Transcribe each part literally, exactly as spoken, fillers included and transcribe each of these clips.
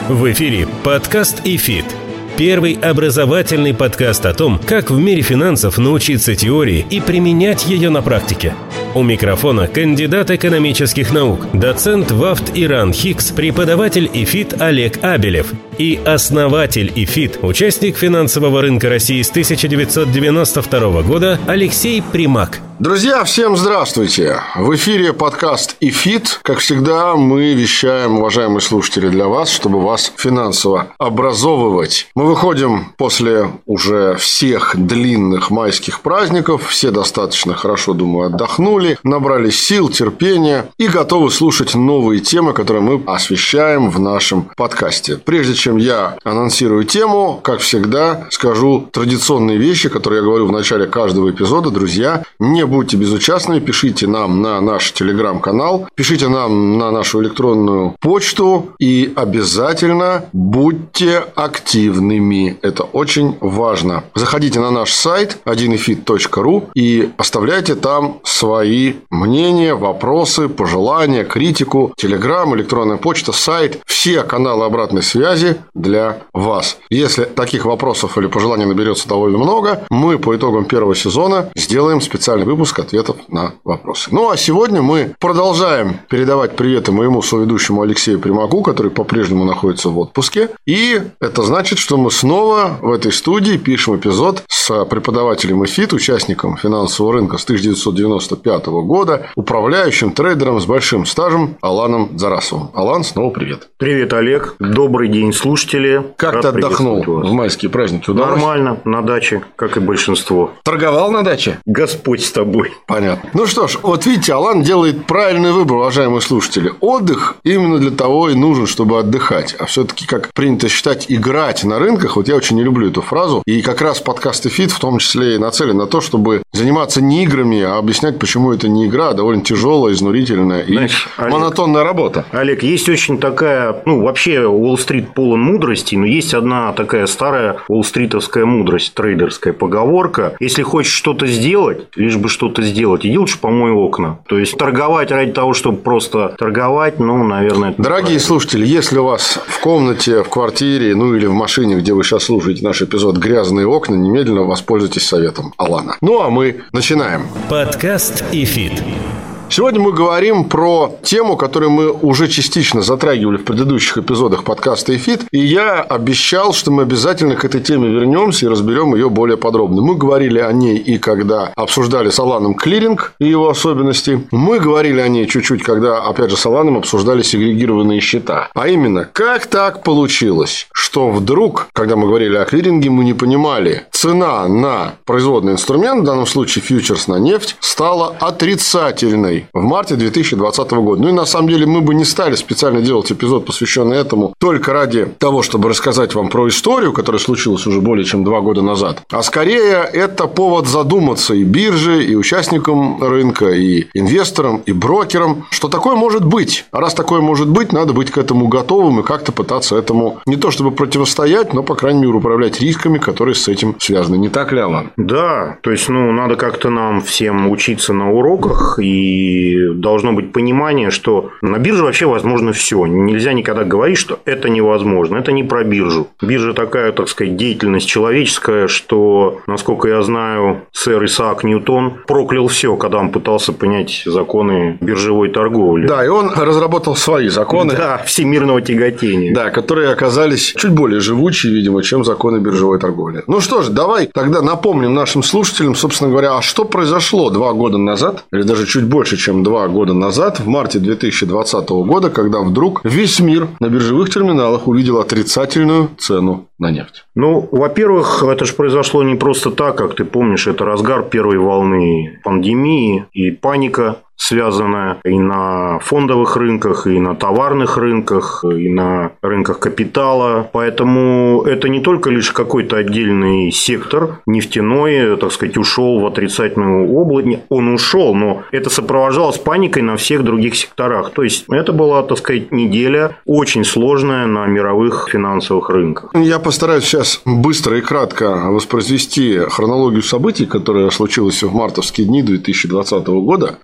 В эфире подкаст «ИФИТ». Первый образовательный подкаст о том, как в мире финансов научиться теории и применять ее на практике. У микрофона кандидат экономических наук, доцент ВАФТ Иран Хикс, преподаватель ИФИТ Олег Абелев и основатель ИФИТ, участник финансового рынка России с тысяча девятьсот девяносто второго года Алексей Примак. Друзья, всем здравствуйте! В эфире подкаст «ИФИТ». Как всегда, мы вещаем, уважаемые слушатели, для вас, чтобы вас финансово образовывать. Мы выходим после уже всех длинных майских праздников. Все достаточно хорошо, думаю, отдохнули, набрались сил, терпения и готовы слушать новые темы, которые мы освещаем в нашем подкасте. Прежде чем я анонсирую тему, как всегда, скажу традиционные вещи, которые я говорю в начале каждого эпизода. Друзья, не будьте безучастны, пишите нам на наш телеграм-канал, пишите нам на нашу электронную почту и обязательно будьте активными. Это очень важно. Заходите на наш сайт один эфит точка ру и оставляйте там свои мнения, вопросы, пожелания, критику. Телеграм, электронная почта, сайт. Все каналы обратной связи для вас. Если таких вопросов или пожеланий наберется довольно много, мы по итогам первого сезона сделаем специальный выпуск ответов на вопросы. Ну, а сегодня мы продолжаем передавать приветы моему соведущему Алексею Примаку, который по-прежнему находится в отпуске. И это значит, что мы снова в этой студии пишем эпизод с преподавателем ИФИТ, участником финансового рынка с тысяча девятьсот девяносто пятого года, управляющим трейдером с большим стажем Аланом Дзарасовым. Алан, снова привет. Привет, Олег. Добрый день, слушатели. Как Рад ты отдохнул в майские праздники? Удалось? Нормально, на даче, как и большинство. Торговал на даче? Господь с тобой. Понятно. Ну что ж, вот видите, Алан делает правильный выбор, уважаемые слушатели. Отдых именно для того и нужен, чтобы отдыхать. А все-таки, как принято считать, играть на рынках, вот я очень не люблю эту фразу. И как раз подкаст «ИФИТ» в том числе и нацелен на то, чтобы заниматься не играми, а объяснять, почему это не игра, а довольно тяжелая, изнурительная и Знаешь, монотонная Олег, работа. Олег, есть очень такая, ну, вообще Уолл-стрит полон мудрости, но есть одна такая старая уолл-стритовская мудрость, трейдерская поговорка. Если хочешь что-то сделать, лишь бы что-то сделать, иди лучше помой окна. То есть торговать ради того, чтобы просто торговать, ну, наверное, это Дорогие правильно. Слушатели, если у вас в комнате, в квартире, ну или в машине, где вы сейчас слушаете наш эпизод, грязные окна, немедленно воспользуйтесь советом Алана. Ну, а мы начинаем. Подкаст «ИФИТ». Сегодня мы говорим про тему, которую мы уже частично затрагивали в предыдущих эпизодах подкаста «ИФИТ». И я обещал, что мы обязательно к этой теме вернемся и разберем ее более подробно. Мы говорили о ней и когда обсуждали с Аланом клиринг и его особенности. Мы говорили о ней чуть-чуть, когда, опять же, с Аланом обсуждали сегрегированные счета. А именно, как так получилось, что вдруг, когда мы говорили о клиринге, мы не понимали, цена на производный инструмент, в данном случае фьючерс на нефть, стала отрицательной в марте две тысячи двадцатого года. Ну и на самом деле мы бы не стали специально делать эпизод, посвященный этому, только ради того, чтобы рассказать вам про историю, которая случилась уже более чем два года назад. А скорее это повод задуматься и бирже, и участникам рынка, и инвесторам, и брокерам, что такое может быть. А раз такое может быть, надо быть к этому готовым и как-то пытаться этому не то чтобы противостоять, но, по крайней мере, управлять рисками, которые с этим связаны. Не так ли, Алан? Да, то есть, ну, надо как-то нам всем учиться на уроках, и И должно быть понимание, что на бирже вообще возможно все. Нельзя никогда говорить, что это невозможно. Это не про биржу. Биржа такая, так сказать, деятельность человеческая, что, насколько я знаю, сэр Исаак Ньютон проклял все, когда он пытался понять законы биржевой торговли. Да, и он разработал свои законы. Да, всемирного тяготения. Да, которые оказались чуть более живучие, видимо, чем законы биржевой торговли. Ну что ж, давай тогда напомним нашим слушателям, собственно говоря, а что произошло два года назад, или даже чуть больше, чем два года назад, в марте две тысячи двадцатого года, когда вдруг весь мир на биржевых терминалах увидел отрицательную цену на нефть. Ну, во-первых, это же произошло не просто так, как ты помнишь, это разгар первой волны пандемии и паника, связанная и на фондовых рынках, и на товарных рынках, и на рынках капитала. Поэтому это не только лишь какой-то отдельный сектор нефтяной, так сказать, ушел в отрицательную область. Он ушел, но это сопровождалось паникой на всех других секторах. То есть это была, так сказать, неделя очень сложная на мировых финансовых рынках. Я постараюсь сейчас быстро и кратко воспроизвести хронологию событий, которая случилась в мартовские дни две тысячи двадцатого года, которая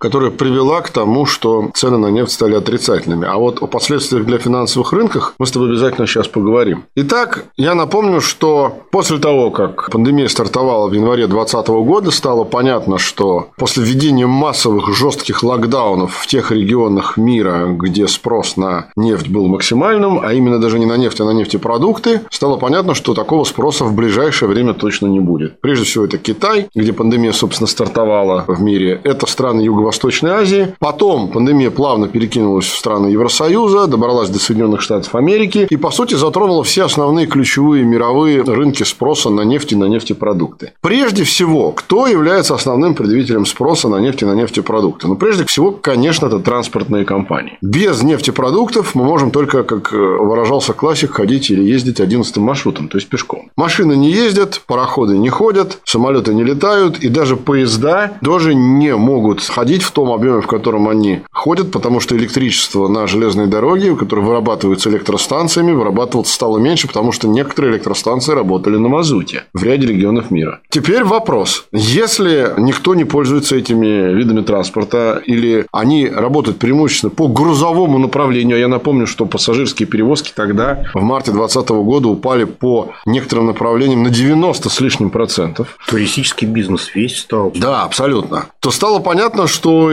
привела к тому, что цены на нефть стали отрицательными. А вот о последствиях для финансовых рынков мы с тобой обязательно сейчас поговорим. Итак, я напомню, что после того, как пандемия стартовала в январе две тысячи двадцатого года, стало понятно, что после введения массовых жестких локдаунов в тех регионах мира, где спрос на нефть был максимальным, а именно даже не на нефть, а на нефтепродукты, стало понятно, что такого спроса в ближайшее время точно не будет. Прежде всего, это Китай, где пандемия, собственно, стартовала в мире. Это страны Юго-Восточной Азии. Потом пандемия плавно перекинулась в страны Евросоюза, добралась до Соединенных Штатов Америки и, по сути, затронула все основные ключевые мировые рынки спроса на нефть и на нефтепродукты. Прежде всего, кто является основным предъявителем спроса на нефть и на нефтепродукты? Ну, прежде всего, конечно, это транспортные компании. Без нефтепродуктов мы можем только, как выражался классик, ходить или ездить одиннадцатым маршрутом, то есть пешком. Машины не ездят, пароходы не ходят, самолеты не летают, и даже поезда тоже не могут ходить в том объеме, в котором они ходят, потому что электричество на железной дороге, которое вырабатывается электростанциями, вырабатываться стало меньше, потому что некоторые электростанции работали на мазуте в ряде регионов мира. Теперь вопрос. Если никто не пользуется этими видами транспорта, или они работают преимущественно по грузовому направлению, а я напомню, что пассажирские перевозки тогда в марте две тысячи двадцатого года упали по некоторым направлениям на девяносто с лишним процентов. Туристический бизнес весь стал. Да, абсолютно. То стало понятно, что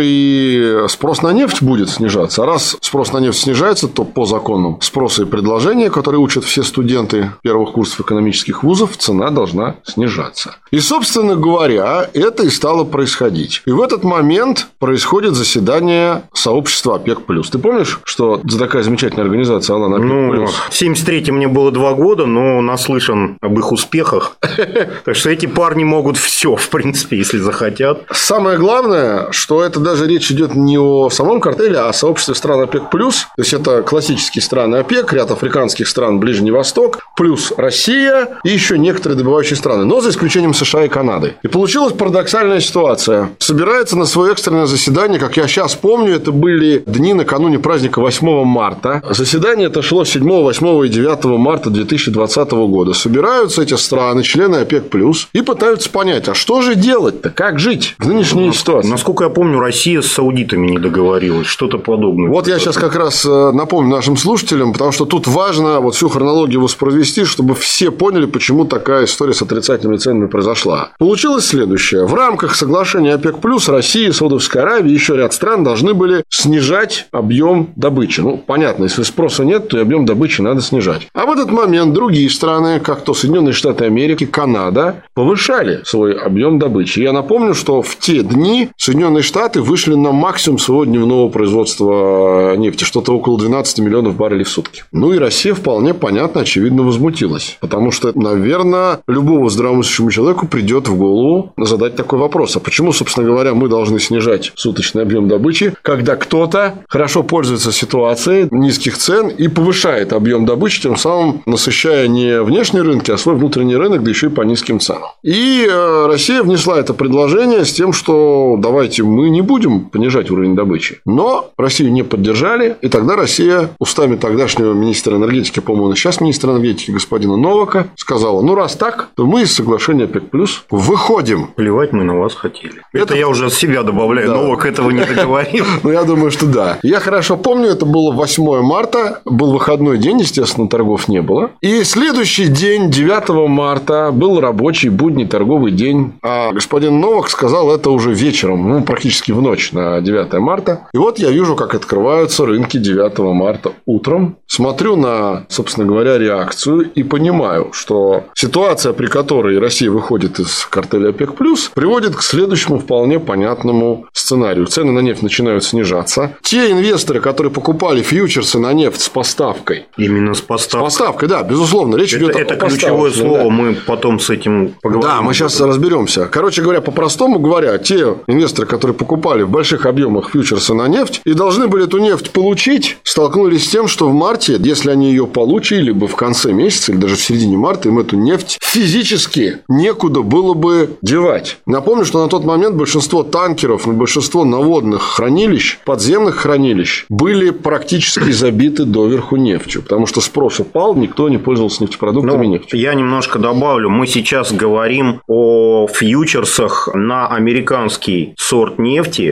и спрос на нефть будет снижаться. А раз спрос на нефть снижается, то по законам спроса и предложения, которые учат все студенты первых курсов экономических вузов, цена должна снижаться. И, собственно говоря, это и стало происходить. И в этот момент происходит заседание сообщества ОПЕК+. Ты помнишь, что за такая замечательная организация Алан ОПЕК+. Ну, в семьдесят третьем мне было два года, но наслышан об их успехах. Так что эти парни могут все, в принципе, если захотят. Самое главное, что это даже речь идет не о самом картеле, а о сообществе стран ОПЕК+. То есть, это классические страны ОПЕК, ряд африканских стран, Ближний Восток, плюс Россия и еще некоторые добывающие страны, но за исключением США и Канады. И получилась парадоксальная ситуация. Собирается на свое экстренное заседание, как я сейчас помню, это были дни накануне праздника восьмого марта. Заседание это шло седьмого, восьмого и девятого марта две тысячи двадцатого года. Собираются эти страны, члены ОПЕК+, и пытаются понять, а что же делать-то, как жить в нынешней ну, ситуации. Насколько я помню, Россия с саудитами не договорилась, что-то подобное. Вот я сейчас как раз напомню нашим слушателям, потому что тут важно вот всю хронологию воспроизвести, чтобы все поняли, почему такая история с отрицательными ценами произошла. Получилось следующее. В рамках соглашения ОПЕК+, Россия, Саудовская Аравия и еще ряд стран должны были снижать объем добычи. Ну, понятно, если спроса нет, то и объем добычи надо снижать. А в этот момент другие страны, как то Соединенные Штаты Америки, Канада, повышали свой объем добычи. Я напомню, что в те дни Соединенные Штаты вышли на максимум своего дневного производства нефти, что-то около двенадцати миллионов баррелей в сутки. Ну и Россия вполне понятно, очевидно, возмутилась. Потому что, наверное, любому здравомыслящему человеку придет в голову задать такой вопрос. А почему, собственно говоря, мы должны снижать суточный объем добычи, когда кто-то хорошо пользуется ситуацией низких цен и повышает объем добычи, тем самым насыщая не внешние рынки, а свой внутренний рынок, да еще и по низким ценам. И Россия внесла это предложение с тем, что давайте мы не будем понижать уровень добычи. Но Россию не поддержали, и тогда Россия устами тогдашнего министра энергетики, по-моему, сейчас министра энергетики господина Новака, сказала, ну раз так, то мы из соглашения ОПЕК+ выходим. Плевать мы на вас хотели. Это, это я уже от себя добавляю, да. Новак этого не договорил. Ну, я думаю, что да. Я хорошо помню, это было восьмого марта, был выходной день, естественно, торгов не было. И следующий день, девятого марта, был рабочий будний торговый день. А господин Новак сказал это уже вечером, ну, практически в ночь на девятое марта. И вот я вижу, как открываются рынки девятого марта утром. Смотрю на, собственно говоря, реакцию и понимаю, что ситуация, при которой Россия выходит из картеля ОПЕК+, приводит к следующему вполне понятному сценарию. Цены на нефть начинают снижаться. Те инвесторы, которые покупали фьючерсы на нефть с поставкой. Именно с поставкой. С поставкой, да, безусловно. Речь это, идет это о поставке. Это ключевое слово, да. Мы потом с этим поговорим. Да, мы сейчас разберемся. Короче говоря, по-простому говоря, те инвесторы, которые покупали в больших объемах фьючерсы на нефть и должны были эту нефть получить, столкнулись с тем, что в марте, если они ее получили, либо в конце месяца, или даже в середине марта, им эту нефть физически некуда было бы девать. Напомню, что на тот момент большинство танкеров, большинство наводных хранилищ, подземных хранилищ были практически забиты доверху нефтью, потому что спрос упал, никто не пользовался нефтепродуктами ну, нефтью. Я немножко добавлю. Мы сейчас говорим о фьючерсах на американский сорт нефти,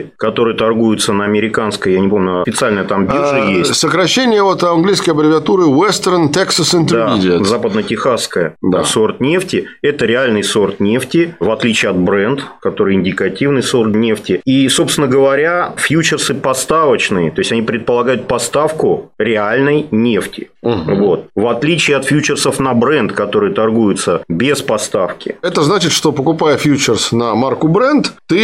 нефти, которые торгуются на американской, я не помню, специальная там биржа а, есть. Сокращение от английской аббревиатуры Western Texas Intermediate. Да, западно-техасская да. сорт нефти. Это реальный сорт нефти, в отличие от Brent, который индикативный сорт нефти. И, собственно говоря, фьючерсы поставочные, то есть они предполагают поставку реальной нефти. Угу. Вот. В отличие от фьючерсов на Brent, которые торгуются без поставки. Это значит, что покупая фьючерс на марку Brent,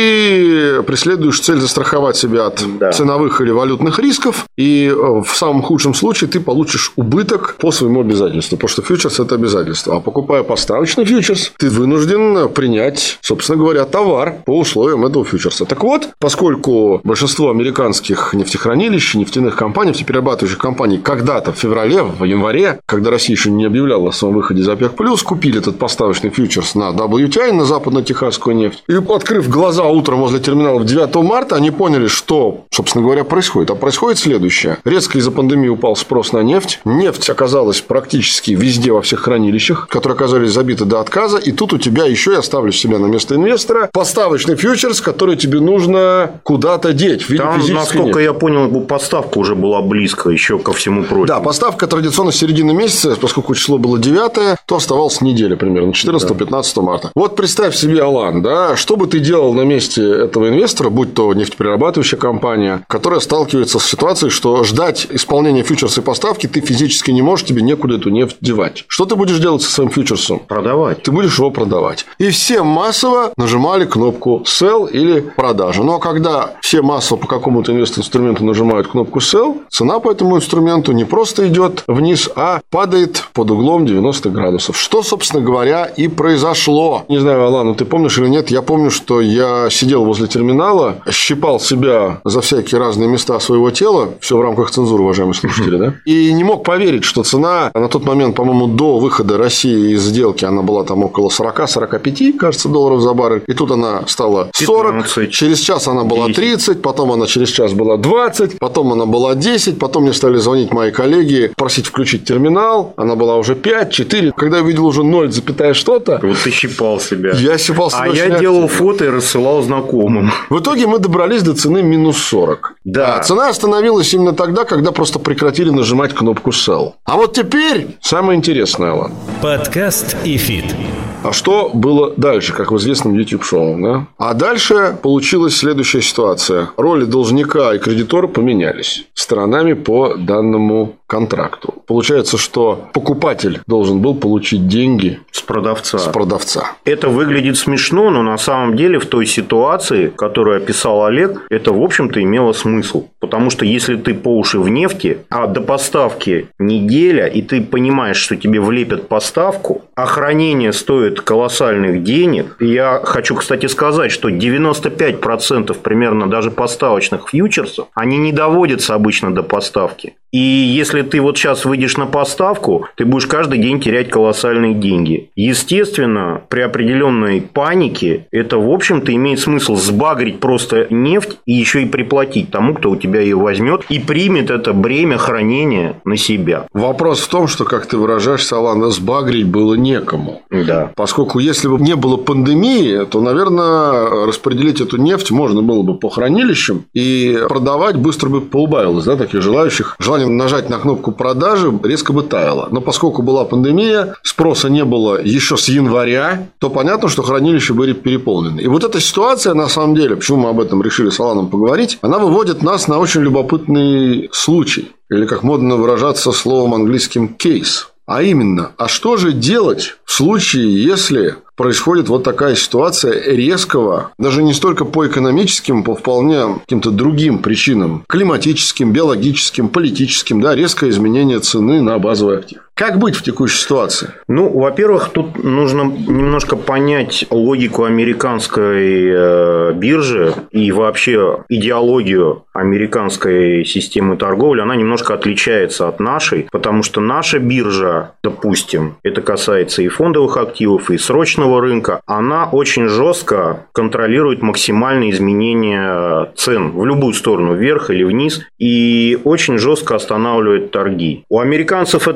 ты преследуешь цель застраховать себя от да. ценовых или валютных рисков, и в самом худшем случае ты получишь убыток по своему обязательству, потому что фьючерс – это обязательство. А покупая поставочный фьючерс, ты вынужден принять, собственно говоря, товар по условиям этого фьючерса. Так вот, поскольку большинство американских нефтехранилищ, нефтяных компаний, нефтеперерабатывающих компаний когда-то в феврале, в январе, когда Россия еще не объявляла о своем выходе из ОПЕК+, купили этот поставочный фьючерс на дабл ю ти ай, на западно-техасскую нефть. И, открыв глаза утром возле терминалов девятого марта, они поняли, что, собственно говоря, происходит. А происходит следующее. Резко из-за пандемии упал спрос на нефть. Нефть оказалась практически везде во всех хранилищах, которые оказались забиты до отказа. И тут у тебя еще, я ставлю себя на место инвестора, поставочный фьючерс, который тебе нужно куда-то деть. В виде Там, насколько нефти. Я понял, поставка уже была близко еще ко всему прочему. Да, поставка традиционно с середины месяца, поскольку число было девятое, то оставалось неделя примерно, четырнадцатого-пятнадцатого марта. Вот представь себе, Алан, да, что бы ты делал на месте этого инвестора, будь то нефтеперерабатывающая компания, которая сталкивается с ситуацией, что ждать исполнения фьючерса и поставки ты физически не можешь, тебе некуда эту нефть девать. Что ты будешь делать со своим фьючерсом? Продавать. Ты будешь его продавать. И все массово нажимали кнопку sell или продажа. Но когда все массово по какому-то инвестинструменту нажимают кнопку sell, цена по этому инструменту не просто идет вниз, а падает под углом девяносто градусов. Что, собственно говоря, и произошло. Не знаю, Алан, ты помнишь или нет, я помню, что я сидел возле терминала, щипал себя за всякие разные места своего тела, все в рамках цензуры, уважаемые слушатели, да, и не мог поверить, что цена на тот момент, по-моему, до выхода России из сделки, она была там около сорок-сорок пять, кажется, долларов за баррель, и тут она стала сорок, пятнадцать, через час она была тридцать, потом она через час была двадцать, потом она была десять, потом мне стали звонить мои коллеги, просить включить терминал, она была уже пять, четыре, когда я увидел уже ноль, запятая что-то. Вот ты щипал себя. Я щипал себя. А я активно делал фото и рассылал знакомым. В итоге мы добрались до цены минус сорок. Да. А цена остановилась именно тогда, когда просто прекратили нажимать кнопку sell. А вот теперь самое интересное, Алан. Подкаст «ИФИТ». А что было дальше, как в известном YouTube-шоу, да? А дальше получилась следующая ситуация. Роли должника и кредитора поменялись сторонами по данному контракту. Получается, что покупатель должен был получить деньги с продавца. С продавца. Это выглядит смешно, но на самом деле в той ситуации, которую описал Олег, это, в общем-то, имело смысл. Потому что если ты по уши в нефти, а до поставки неделя, и ты понимаешь, что тебе влепят поставку, а хранение стоит колоссальных денег. И я хочу, кстати, сказать, что девяносто пять процентов примерно даже поставочных фьючерсов, они не доводятся обычно до поставки. И если ты вот сейчас выйдешь на поставку, ты будешь каждый день терять колоссальные деньги. Естественно, при определенной панике это, в общем-то, имеет смысл сбагрить просто нефть и еще и приплатить тому, кто у тебя ее возьмет и примет это бремя хранения на себя. Вопрос в том, что, как ты выражаешься, Алан, сбагрить было некому. Да. Поскольку если бы не было пандемии, то, наверное, распределить эту нефть можно было бы по хранилищам и продавать быстро бы поубавилось, да, таких желающих. Желание нажать на кнопку продажи резко бы таяло. Но поскольку была пандемия, спроса не было еще с января, то понятно, что хранилища были переполнены. И вот эта ситуация, на самом деле, почему мы об этом решили с Аланом поговорить, она выводит нас на очень любопытный случай. Или, как модно выражаться словом английским, кейс. А именно, а что же делать в случае, если происходит вот такая ситуация резкого, даже не столько по экономическим, по вполне каким-то другим причинам, климатическим, биологическим, политическим, да, резкое изменение цены на базовый актив. Как быть в текущей ситуации? Ну, во-первых, тут нужно немножко понять логику американской э, биржи и вообще идеологию американской системы торговли. Она немножко отличается от нашей, потому что наша биржа, допустим, это касается и фондовых активов, и срочного рынка, она очень жестко контролирует максимальные изменения цен в любую сторону, вверх или вниз, и очень жестко останавливает торги. У американцев это тоже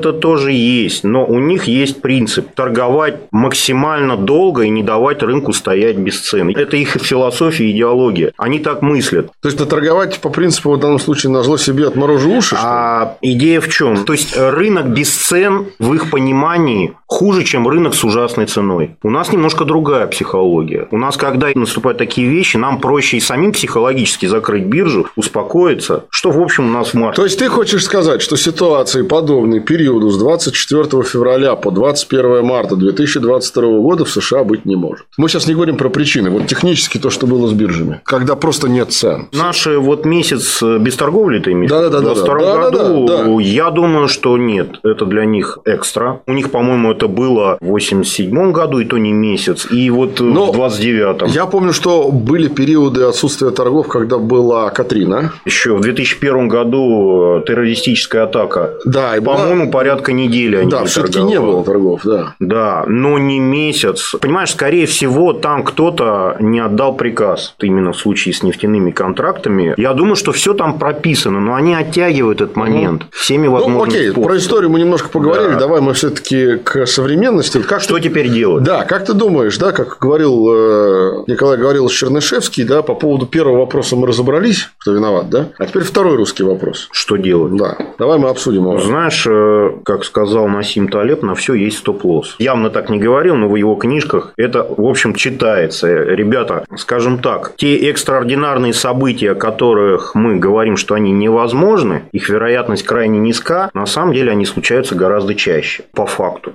тоже есть, но у них есть принцип торговать максимально долго и не давать рынку стоять без цены. Это их философия и идеология. Они так мыслят. То есть, торговать по принципу, в данном случае, назло себе отморожу уши? А идея в чем? То есть, рынок без цен, в их понимании, хуже, чем рынок с ужасной ценой. У нас немножко другая психология. У нас, когда наступают такие вещи, нам проще и самим психологически закрыть биржу, успокоиться, что, в общем, у нас в марте. То есть, ты хочешь сказать, что ситуации, подобные периоду с двадцать четвёртого февраля по двадцать первого марта две тысячи двадцать второго года в США быть не может? Мы сейчас не говорим про причины. Вот технически то, что было с биржами, когда просто нет цен. Наши вот месяц без торговли, ты имеешь в виду? Да, да, да, в двадцать втором да, году, да, да, да. Я думаю, что нет. Это для них экстра. У них, по-моему, это было в восемьдесят седьмом году, и то не месяц. И вот Но в двадцать девятом. Я помню, что были периоды отсутствия торгов, когда была Катрина. Еще в две тысячи первом году террористическая атака. Да, и по-моему, была... порядка недели они Да, все-таки не было торгов, да. Да, но не месяц. Понимаешь, скорее всего, там кто-то не отдал приказ. Именно в случае с нефтяными контрактами. Я думаю, что все там прописано, но они оттягивают этот момент всеми возможными Ну, окей, способами. Про историю мы немножко поговорили. Да. Давай мы все-таки к современности. Как что ты... теперь делать? Да, как ты думаешь, да, как говорил э, Николай говорил Чернышевский, да, по поводу первого вопроса мы разобрались, кто виноват, да? А теперь второй русский вопрос. Что делать? Да. Давай мы обсудим его. Знаешь, э, как сказал Насим Талеб, на все есть стоп-лосс. Явно так не говорил, но в его книжках это, в общем, читается. Ребята, скажем так, те экстраординарные события, о которых мы говорим, что они невозможны, их вероятность крайне низка, на самом деле они случаются гораздо чаще, по факту.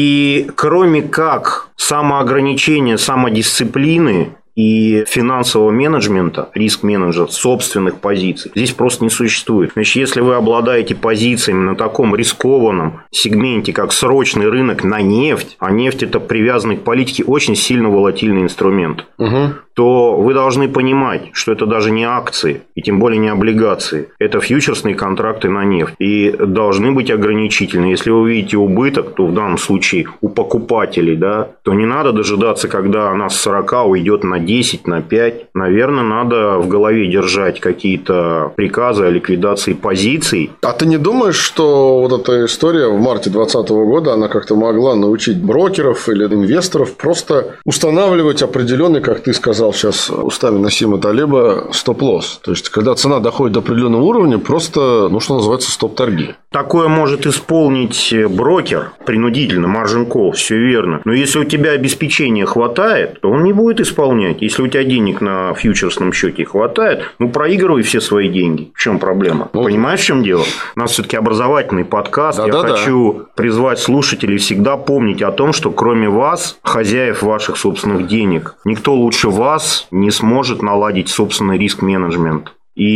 И кроме как самоограничения, самодисциплины и финансового менеджмента, риск-менеджера собственных позиций здесь просто не существует. Значит, если вы обладаете позициями на таком рискованном сегменте, как срочный рынок на нефть, а нефть – это привязанный к политике очень сильно волатильный инструмент, угу. то вы должны понимать, что это даже не акции, и тем более не облигации. Это фьючерсные контракты на нефть. И должны быть ограничительны. Если вы видите убыток, то в данном случае у покупателей, да, то не надо дожидаться, когда она с сорока уйдет на десять, на пять. Наверное, надо в голове держать какие-то приказы о ликвидации позиций. А ты не думаешь, что вот эта история в марте двадцатого года, она как-то могла научить брокеров или инвесторов просто устанавливать определенный, как ты сказал сейчас устами Насима Талеба, стоп-лосс? То есть, когда цена доходит до определенного уровня, просто, ну, что называется, стоп-торги. Такое может исполнить брокер принудительно, margin call, все верно. Но если у тебя обеспечения хватает, то он не будет исполнять. Если у тебя денег на фьючерсном счете хватает, ну, проигрывай все свои деньги. В чем проблема? Ну, понимаешь, в чем дело? У нас все-таки образовательный подкаст. Да, Я да, хочу да. призвать слушателей всегда помнить о том, что кроме вас, хозяев ваших собственных денег, никто лучше вас не сможет наладить собственный риск-менеджмент.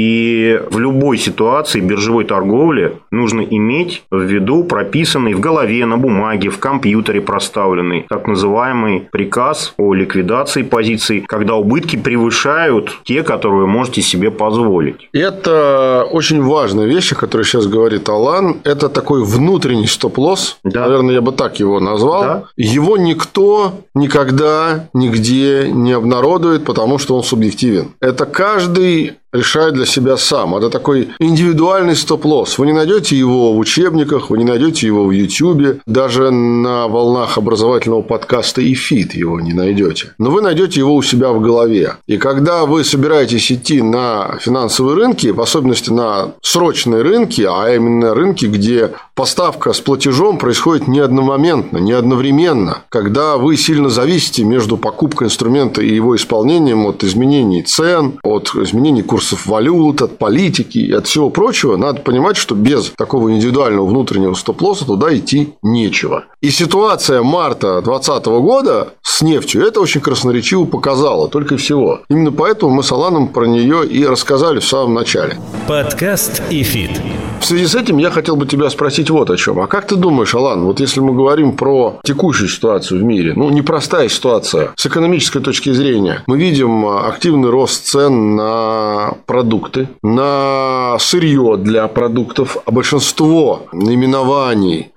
И в любой ситуации биржевой торговли нужно иметь в виду прописанный в голове, на бумаге, в компьютере проставленный так называемый приказ о ликвидации позиций, когда убытки превышают те, которые вы можете себе позволить. Это очень важная вещь, о которой сейчас говорит Алан. Это такой внутренний стоп-лосс. Да. Наверное, я бы так его назвал. Да. Его никто никогда нигде не обнародует, потому что он субъективен. Это каждый решает для себя сам. Это такой индивидуальный стоп-лосс. Вы не найдете его в учебниках, вы не найдете его в Ютубе, даже на волнах образовательного подкаста «Эфит» его не найдете. Но вы найдете его у себя в голове. И когда вы собираетесь идти на финансовые рынки, в особенности на срочные рынки, а именно рынки, где поставка с платежом происходит не одномоментно, не одновременно, когда вы сильно зависите между покупкой инструмента и его исполнением от изменений цен, от изменений курса валют, от политики и от всего прочего, надо понимать, что без такого индивидуального внутреннего стоп-лосса туда идти нечего. И ситуация марта двадцатого года с нефтью это очень красноречиво показала, только и всего. Именно поэтому мы с Аланом про нее и рассказали в самом начале. Подкаст «Эфит». В связи с этим я хотел бы тебя спросить вот о чем. А как ты думаешь, Алан, вот если мы говорим про текущую ситуацию в мире, ну, непростая ситуация, с экономической точки зрения, мы видим активный рост цен на продукты, на сырье для продуктов, а большинство наименований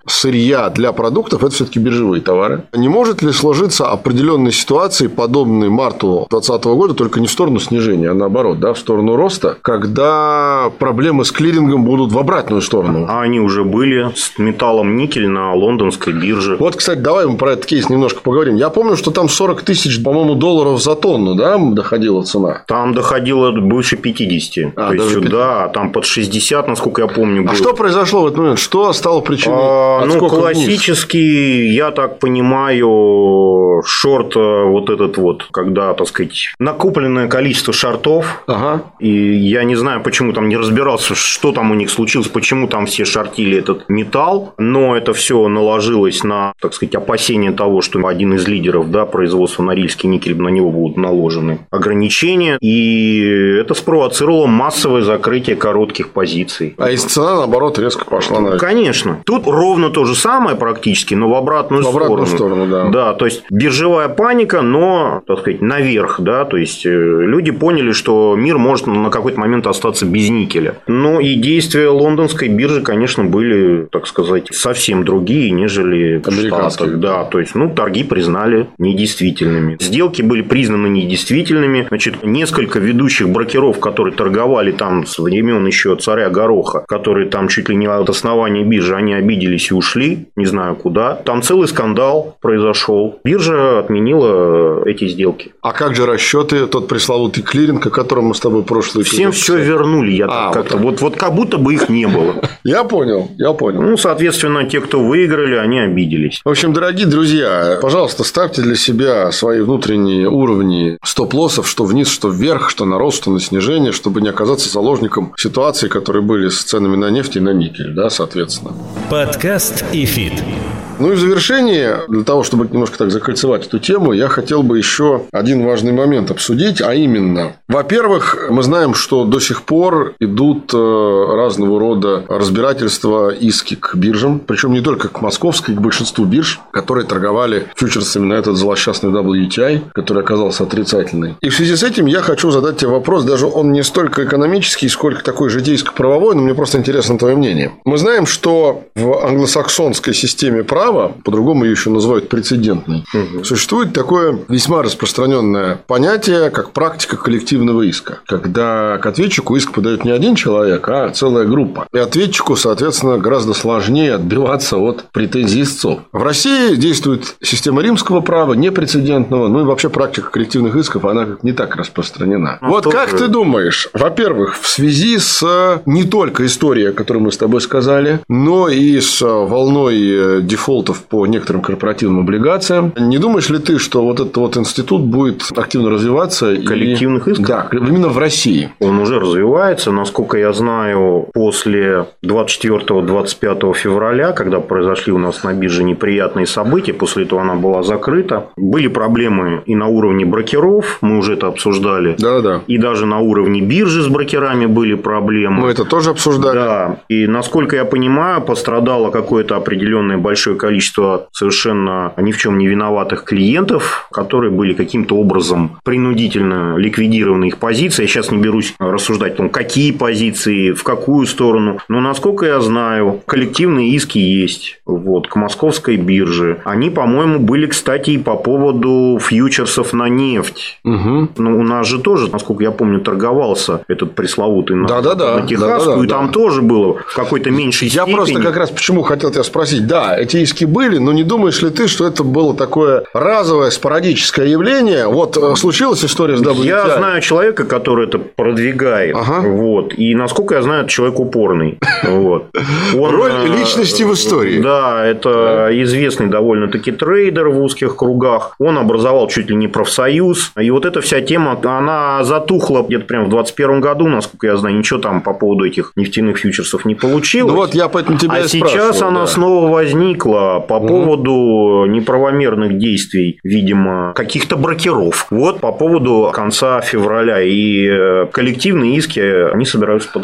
сырья для продуктов – это все-таки биржевые товары. Не может ли сложиться определенной ситуации, подобной марту двадцатого года, только не в сторону снижения, а наоборот, да, в сторону роста, когда проблемы с клирингом будут в обратную сторону? А они уже были с металлом никель на лондонской бирже. Вот, кстати, давай мы про этот кейс немножко поговорим. Я помню, что там сорок тысяч, по-моему, долларов за тонну, да, доходила цена? Там доходило больше пятидесяти. А, То есть, пятьдесят. Да, там под шестьдесят, насколько я помню, было. А что произошло в этот момент? Что стало причиной? А, ну, отскока классический, вниз? Я так понимаю, шорт вот этот вот, когда, так сказать, накопленное количество шортов. Ага. И я не знаю, почему там не разбирался, что там у них случилось, почему там все шортили этот металл. Но это все наложилось на, так сказать, опасение того, что один из лидеров, да, производства Норильский никель, на него будут наложены ограничения. И это спровоцировало массовое закрытие коротких позиций. А из цена, наоборот, резко пошла наверх. Конечно. Тут ровно то же самое практически, но в обратную в сторону. В обратную сторону, да. Да, то есть биржевая паника, но, так сказать, наверх, да, то есть люди поняли, что мир может на какой-то момент остаться без никеля. Но и действия лондонской биржи, конечно, были, так сказать, совсем другие, нежели в Штатах. Да, то есть, ну, торги признали недействительными. Сделки были признаны недействительными. Значит, несколько ведущих брокеров, которые торговали там с времен еще царя Гороха, которые там чуть ли не от основания биржи, они обиделись и ушли, не знаю куда. Там целый скандал произошел. Биржа отменила эти сделки. А как же расчеты, тот пресловутый клиринг, о котором мы с тобой прошлый Всем все вернули, я а, так как-то. Вот, вот как будто бы их не было. Я понял, я понял. Ну, соответственно, те, кто выиграли, они обиделись. В общем, дорогие друзья, пожалуйста, ставьте для себя свои внутренние уровни стоп-лоссов, что вниз, что вверх, что на рост, что на снижение, чтобы не оказаться заложником ситуации, которые были с ценами на нефть и на никель, да, соответственно. Подкаст «ИФИТ». Ну и в завершение, для того, чтобы немножко так закольцевать эту тему, я хотел бы еще один важный момент обсудить, а именно, во-первых, мы знаем, что до сих пор идут разного рода разбирательства, иски к биржам, причем не только к московской, к большинству бирж, которые торговали фьючерсами на этот злосчастный дабл ю ти ай, который оказался отрицательный. И в связи с этим я хочу задать тебе вопрос, даже он не столько экономический, сколько такой житейско-правовой, но мне просто интересно твое мнение. Мы знаем, что в англосаксонской системе права, по-другому ее еще называют прецедентной, угу. существует такое весьма распространенное понятие, как практика коллективного иска, когда к ответчику иск подает не один человек, а целая группа. И ответчику, соответственно, гораздо сложнее отбиваться от претензий истцов. В России действует система римского права, непрецедентного, ну и вообще практика коллективных исков, она не так распространена. А вот как же? Ты думаешь, во-первых, в связи с не только историей, о которой мы с тобой сказали, но и с волной дефолтов по некоторым корпоративным облигациям. Не думаешь ли ты, что вот этот вот институт будет активно развиваться? Коллективных исков? Да, именно в России. Он уже развивается. Насколько я знаю, после двадцать четвёртого - двадцать пятого февраля, когда произошли у нас на бирже неприятные события, после этого она была закрыта, были проблемы и на уровне брокеров, мы уже это обсуждали. Да-да. И даже на уровне биржи с брокерами были проблемы. Мы это тоже обсуждали. Да. И, насколько я понимаю, пострадало какое-то определенное большое количество совершенно ни в чем не виноватых клиентов, которые были каким-то образом принудительно ликвидированы их позиции. Я сейчас не берусь рассуждать, там, какие позиции, в какую сторону. Но, насколько я знаю, коллективные иски есть вот, к московской бирже. Они, по-моему, были, кстати, и по поводу фьючерсов на нефть. Угу. Но у нас же тоже, насколько я помню, торговался этот пресловутый на, да, да, да. на Техасскую, да, да, и там да. тоже было в какой-то меньшей я степени. Я просто как раз почему хотел тебя спросить. Да, эти иски были, но не думаешь ли ты, что это было такое разовое, спорадическое явление? Вот случилась история с дабл ю ти ай. Я знаю человека, который это продвигает. Ага. Вот. И, насколько я знаю, это человек упорный. Вот. Он, роль личности в истории. Да, это да. известный довольно-таки трейдер в узких кругах. Он образовал чуть ли не профсоюз. И вот эта вся тема, она затухла где-то прямо в двадцать первом году, насколько я знаю. Ничего там по поводу этих нефтяных фьючерсов не получилось. Ну вот я поэтому тебя а и сейчас она да. снова возникла по угу. поводу неправомерных действий, видимо, каких-то брокеров. Вот по поводу конца февраля. И коллективные иски они собираются подавать.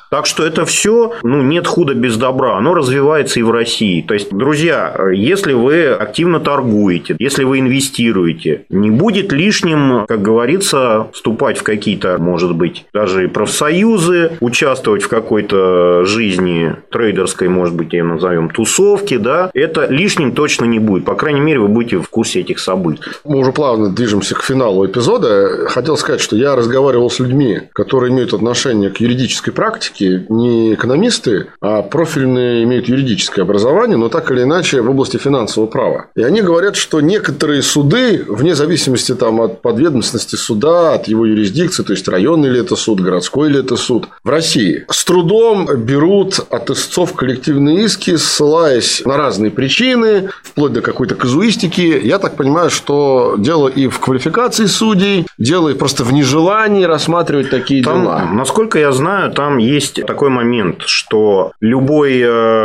Так что это все, ну, нет худа без добра. Оно развивается и в России. То есть, друзья, если вы активно торгуете, если вы инвестируете, не будет лишним, как говорится, вступать в какие-то, может быть, даже и профсоюзы, участвовать в какой-то жизни трейдерской, может быть, ее назовем, тусовки, да, это лишним точно не будет. По крайней мере, вы будете в курсе этих событий. Мы уже плавно движемся к финалу эпизода. Хотел сказать, что я разговаривал с людьми, которые имеют отношение к юридической практике, не экономисты, а профильные имеют юридическое образование, но так или иначе в области финансового права. И они говорят, что некоторые суды, вне зависимости там, от подведомственности суда, от его юрисдикции, то есть районный ли это суд, городской ли это суд, в России с трудом берут от истцов коллективные иски, ссылаясь на разные причины, вплоть до какой-то казуистики. Я так понимаю, что дело и в квалификации судей, дело и просто в нежелании рассматривать такие там, дела. Насколько я знаю, там есть такой момент, что любой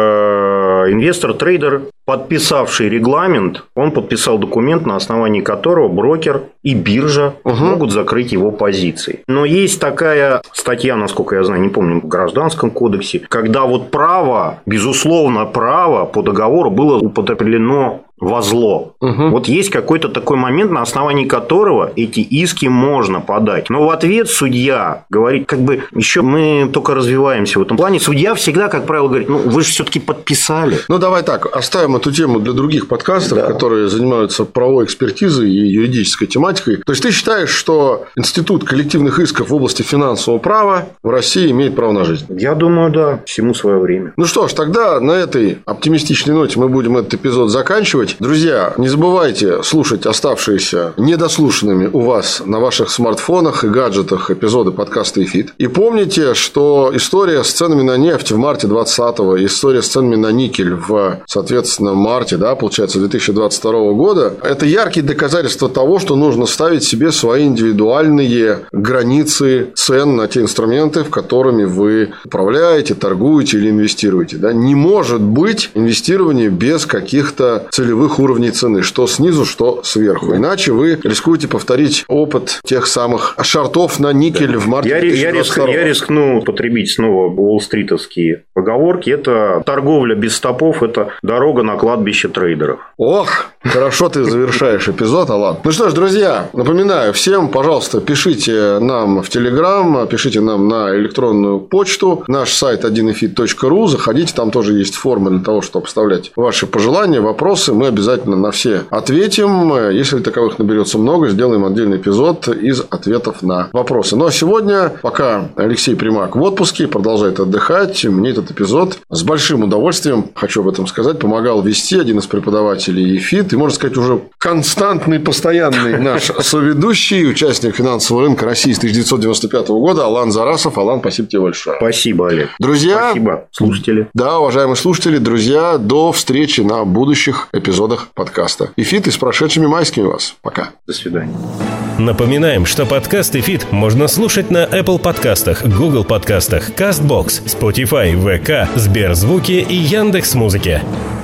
э, инвестор-трейдер, подписавший регламент, он подписал документ, на основании которого брокер и биржа угу. могут закрыть его позиции. Но есть такая статья, насколько я знаю, не помню, в Гражданском кодексе, когда вот право, безусловно, право по договору было употреблено во зло. Угу. Вот есть какой-то такой момент, на основании которого эти иски можно подать. Но в ответ судья говорит, как бы еще мы только развиваемся в этом плане. Судья всегда, как правило, говорит, ну вы же все-таки подписали. Ну давай так, оставим эту тему для других подкастов, да. которые занимаются правовой экспертизой и юридической тематикой. То есть ты считаешь, что институт коллективных исков в области финансового права в России имеет право на жизнь? Я думаю, да, всему свое время. Ну что ж, тогда на этой оптимистичной ноте мы будем этот эпизод заканчивать. Друзья, не забывайте слушать оставшиеся недослушанными у вас на ваших смартфонах и гаджетах эпизоды подкаста «Эфит». И помните, что история с ценами на нефть в марте двадцатого, история с ценами на никель в, соответственно, марте, да, получается, две тысячи двадцать второго года, это яркие доказательства того, что нужно ставить себе свои индивидуальные границы цен на те инструменты, в которыми вы управляете, торгуете или инвестируете. Да? Не может быть инвестирования без каких-то целевых уровней цены, что снизу, что сверху. Иначе вы рискуете повторить опыт тех самых шортов на никель да. в марте я, две тысячи двадцать второго. Я, риск, я рискну потребить снова уолл-стритовские поговорки. Это торговля без стопов, это дорога на кладбище трейдеров. Ох, хорошо ты завершаешь эпизод, Алан. Ну что ж, друзья, напоминаю всем, пожалуйста, пишите нам в Телеграм, пишите нам на электронную почту, наш сайт один эфит точка ру, заходите, там тоже есть формы для того, чтобы вставлять ваши пожелания, вопросы. Мы обязательно на все ответим. Если таковых наберется много, сделаем отдельный эпизод из ответов на вопросы. Ну а сегодня, пока Алексей Примак в отпуске, продолжает отдыхать, мне этот эпизод с большим удовольствием, хочу об этом сказать, помогал вести один из преподавателей ЭФИТ и, можно сказать, уже константный, постоянный наш соведущий, участник финансового рынка России с тысяча девятьсот девяносто пятого года Алан Зарасов. Алан, спасибо тебе большое. Спасибо, Олег. Друзья, спасибо, слушатели. Да, уважаемые слушатели, друзья, до встречи на будущих эпизодах подкаста «Эфит» и с прошедшими майскими вас. Пока. До свидания. Напоминаем, что подкаст «Эфит» можно слушать на Apple подкастах, Google подкастах, CastBox, Spotify, ВК, Сберзвуке и Яндекс.Музыке.